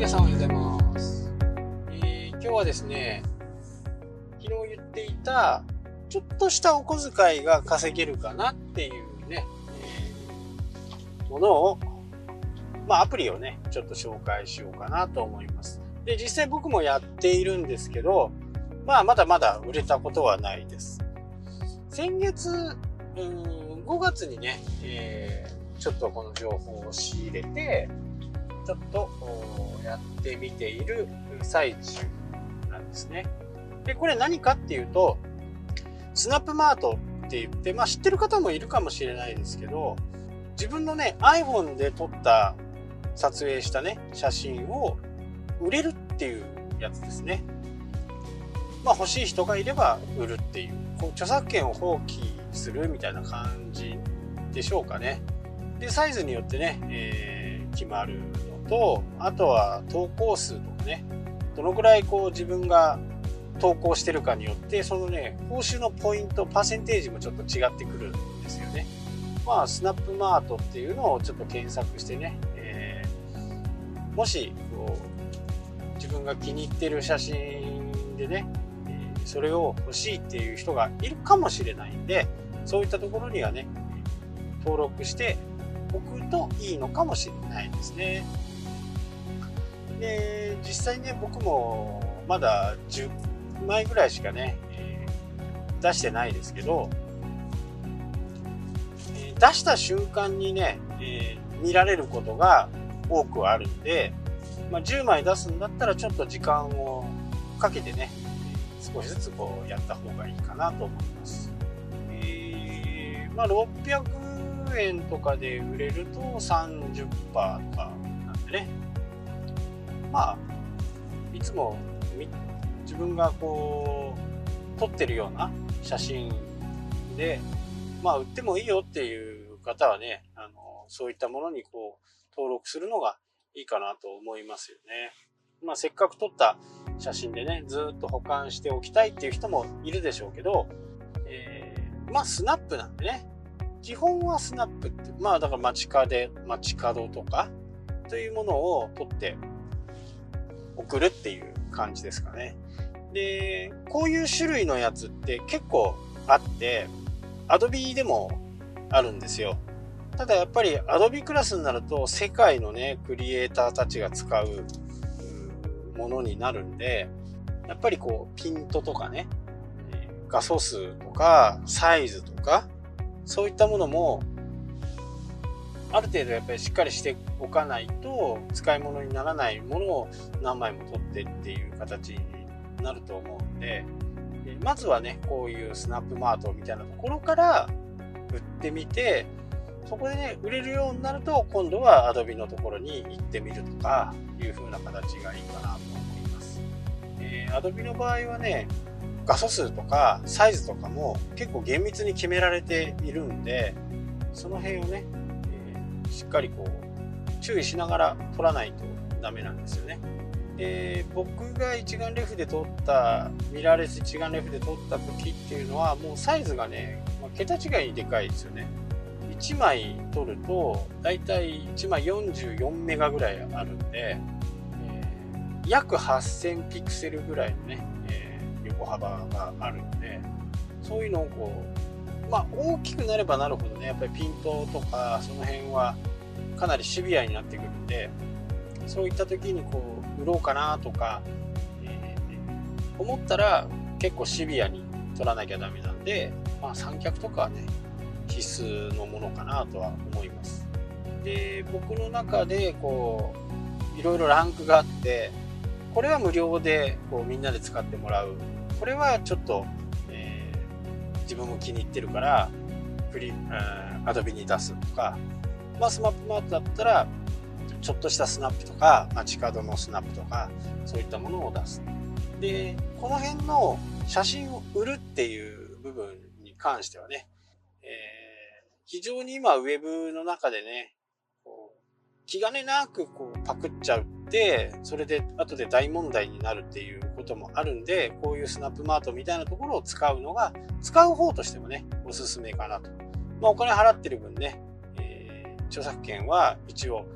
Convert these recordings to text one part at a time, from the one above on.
皆さんおはようございます。今日はですね、昨日言っていたちょっとしたお小遣いが稼げるかなっていうね、ものを、アプリをね、ちょっと紹介しようかなと思います。で、実際僕もやっているんですけど、まだまだ売れたことはないです。先月、5月にね、ちょっとこの情報を仕入れて、ちょっとやってみている最中なんですね。で、これ何かっていうと、スナップマートって言って、知ってる方もいるかもしれないですけど、自分のね、iPhone で撮った撮影したね、写真を売れるっていうやつですね。欲しい人がいれば売るっていう、著作権を放棄するみたいな感じでしょうかね。で、サイズによってね、決まるのと、あとは投稿数とかね、どのくらい自分が投稿してるかによって、そのね、報酬のポイント、パーセンテージもちょっと違ってくるんですよね。スナップマートっていうのをちょっと検索してね、もし自分が気に入ってる写真でね、それを欲しいっていう人がいるかもしれないんで、そういったところにはね、登録しておくといいのかもしれないですね。で、実際ね、僕もまだ10枚ぐらいしかね、出してないですけど、出した瞬間にね、見られることが多くあるんで、10枚出すんだったらちょっと時間をかけてね、少しずつやった方がいいかなと思います。600円とかで売れると 30% とかなんでね、いつも自分が撮ってるような写真で、売ってもいいよっていう方はね、そういったものに登録するのがいいかなと思いますよね。せっかく撮った写真でね、ずっと保管しておきたいっていう人もいるでしょうけど、スナップなんでね、基本はスナップって、だから街角とかというものを撮って送るっていう感じですかね。で、こういう種類のやつって結構あって、Adobe でもあるんですよ。ただやっぱり Adobe クラスになると世界のね、クリエイターたちが使うものになるんで、やっぱりピントとかね、画素数とかサイズとか、そういったものもある程度やっぱりしっかりしておかないと使い物にならないものを何枚も取ってっていう形になると思うんで、まずはね、こういうスナップマートみたいなところから売ってみて、そこでね、売れるようになると今度は Adobe のところに行ってみるとかいう風な形がいいかなと思います。Adobe の場合はね、画素数とかサイズとかも結構厳密に決められているんで、その辺をね、しっかり注意しながら撮らないとダメなんですよね。僕が一眼レフで撮ったミラーレス一眼レフで撮った時っていうのはもうサイズがね、桁違いにでかいですよね。1枚撮るとだいたい1枚44メガぐらいあるんで、約8000ピクセルぐらいのね、横幅があるので、そういうのを大きくなればなるほどね、やっぱりピントとかその辺はかなりシビアになってくるんで、そういった時に売ろうかなとか、思ったら結構シビアに撮らなきゃダメなんで、三脚とかはね、必須のものかなとは思います。で、僕の中でいろいろランクがあって、これは無料でみんなで使ってもらう、これはちょっと、自分も気に入ってるからAdobe に出すとか、スナップマートだったらちょっとしたスナップとか街角のスナップとか、そういったものを出す。で、この辺の写真を売るっていう部分に関してはね、非常に今ウェブの中でね、気兼ねなくパクっちゃうって、それで後で大問題になるっていうこともあるんで、こういうスナップマートみたいなところを使うのが、使う方としてもね、おすすめかなと。お金払ってる分ね、著作権は一応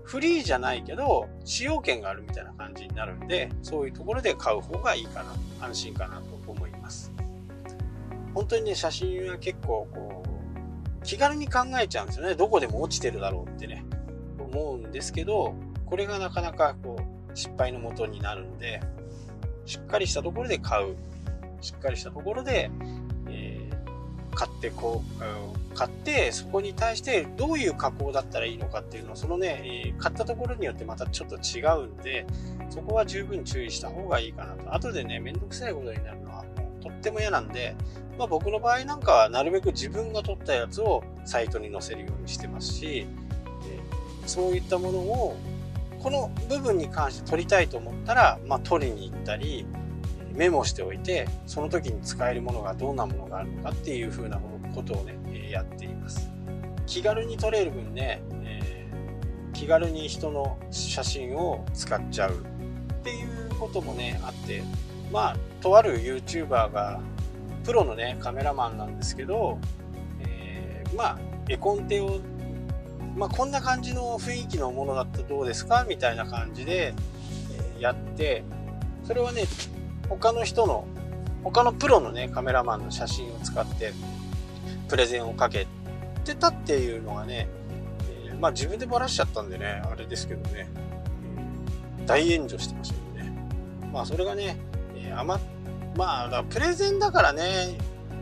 フリーじゃないけど使用権があるみたいな感じになるんで、そういうところで買う方がいいかな、安心かなと思います。本当にね、写真は結構気軽に考えちゃうんですよね。どこでも落ちてるだろうってね思うんですけど、これがなかなか失敗のもとになるんで、しっかりしたところで買う、しっかりしたところで、買ってそこに対してどういう加工だったらいいのかっていうのを、そのね、買ったところによってまたちょっと違うんで、そこは十分注意した方がいいかなと。後でね、めんどくさいことになるのはもうとっても嫌なんで、僕の場合なんかはなるべく自分が撮ったやつをサイトに載せるようにしてますし、そういったものをこの部分に関して撮りたいと思ったら、撮りに行ったりメモしておいて、その時に使えるものがどんなものがあるのかっていう風なことをね、やっています。気軽に撮れる分ね、気軽に人の写真を使っちゃうっていうこともねあって、とある YouTuber がプロのねカメラマンなんですけど、絵コンテをこんな感じの雰囲気のものだったらどうですかみたいな感じで、やって、それはね他のプロのねカメラマンの写真を使ってプレゼンをかけてたっていうのがね、自分でバラしちゃったんでねあれですけどね、大炎上してましたよね。それがね、プレゼンだからね、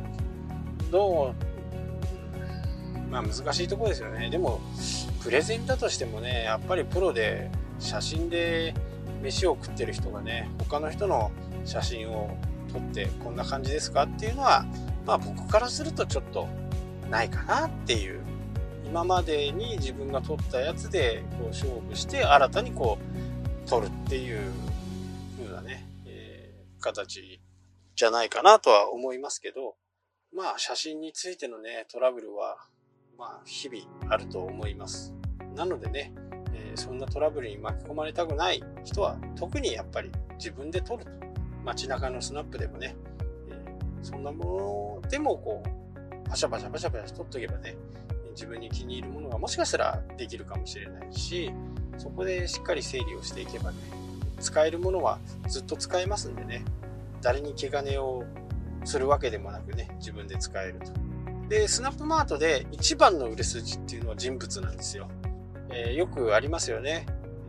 難しいところですよね。でもプレゼンだとしてもね、やっぱりプロで写真で飯を食ってる人がね、他の人の写真を撮ってこんな感じですかっていうのは、僕からするとちょっとないかなっていう。今までに自分が撮ったやつで勝負して新たに撮るっていう風なね、形じゃないかなとは思いますけど、写真についてのねトラブルは日々あると思います。なのでね、そんなトラブルに巻き込まれたくない人は特にやっぱり自分で撮ると。街中のスナップでもね、そんなものでもパシャパシャ撮っとけばね、自分に気に入るものがもしかしたらできるかもしれないし、そこでしっかり整理をしていけばね、使えるものはずっと使えますんでね、誰に気兼ねをするわけでもなくね、自分で使えると。で、スナップマートで一番の売れ筋っていうのは人物なんですよ。よくありますよね。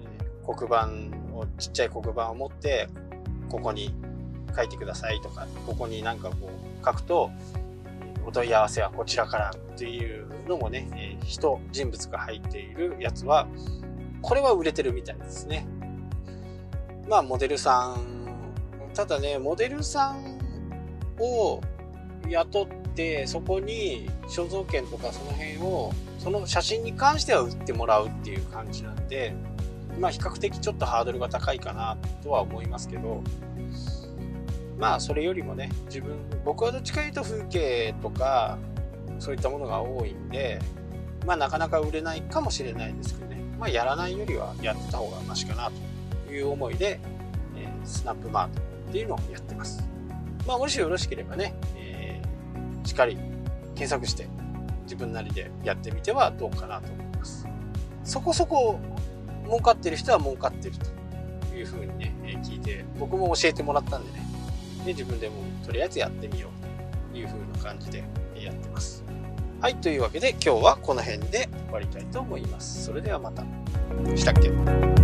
ちっちゃい黒板を持って、ここに書いてくださいとか、ここに書くと、お問い合わせはこちらからっていうのもね、人物が入っているやつは、これは売れてるみたいですね。モデルさん、ただね、モデルさんを雇って、そこに肖像権とかその辺を、その写真に関しては売ってもらうっていう感じなんで、比較的ちょっとハードルが高いかなとは思いますけど、それよりもね、僕はどっちかというと風景とかそういったものが多いんで、なかなか売れないかもしれないですけどね、やらないよりはやってた方がマシかなという思いで、スナップマートっていうのをやってます。もしよろしければね、しっかり検索して自分なりでやってみてはどうかなと思います。そこそこ儲かってる人は儲かってるというふうにね、聞いて、僕も教えてもらったんでね、自分でもとりあえずやってみようという風な感じでやってます。はい、というわけで今日はこの辺で終わりたいと思います。それではまた。したっけ？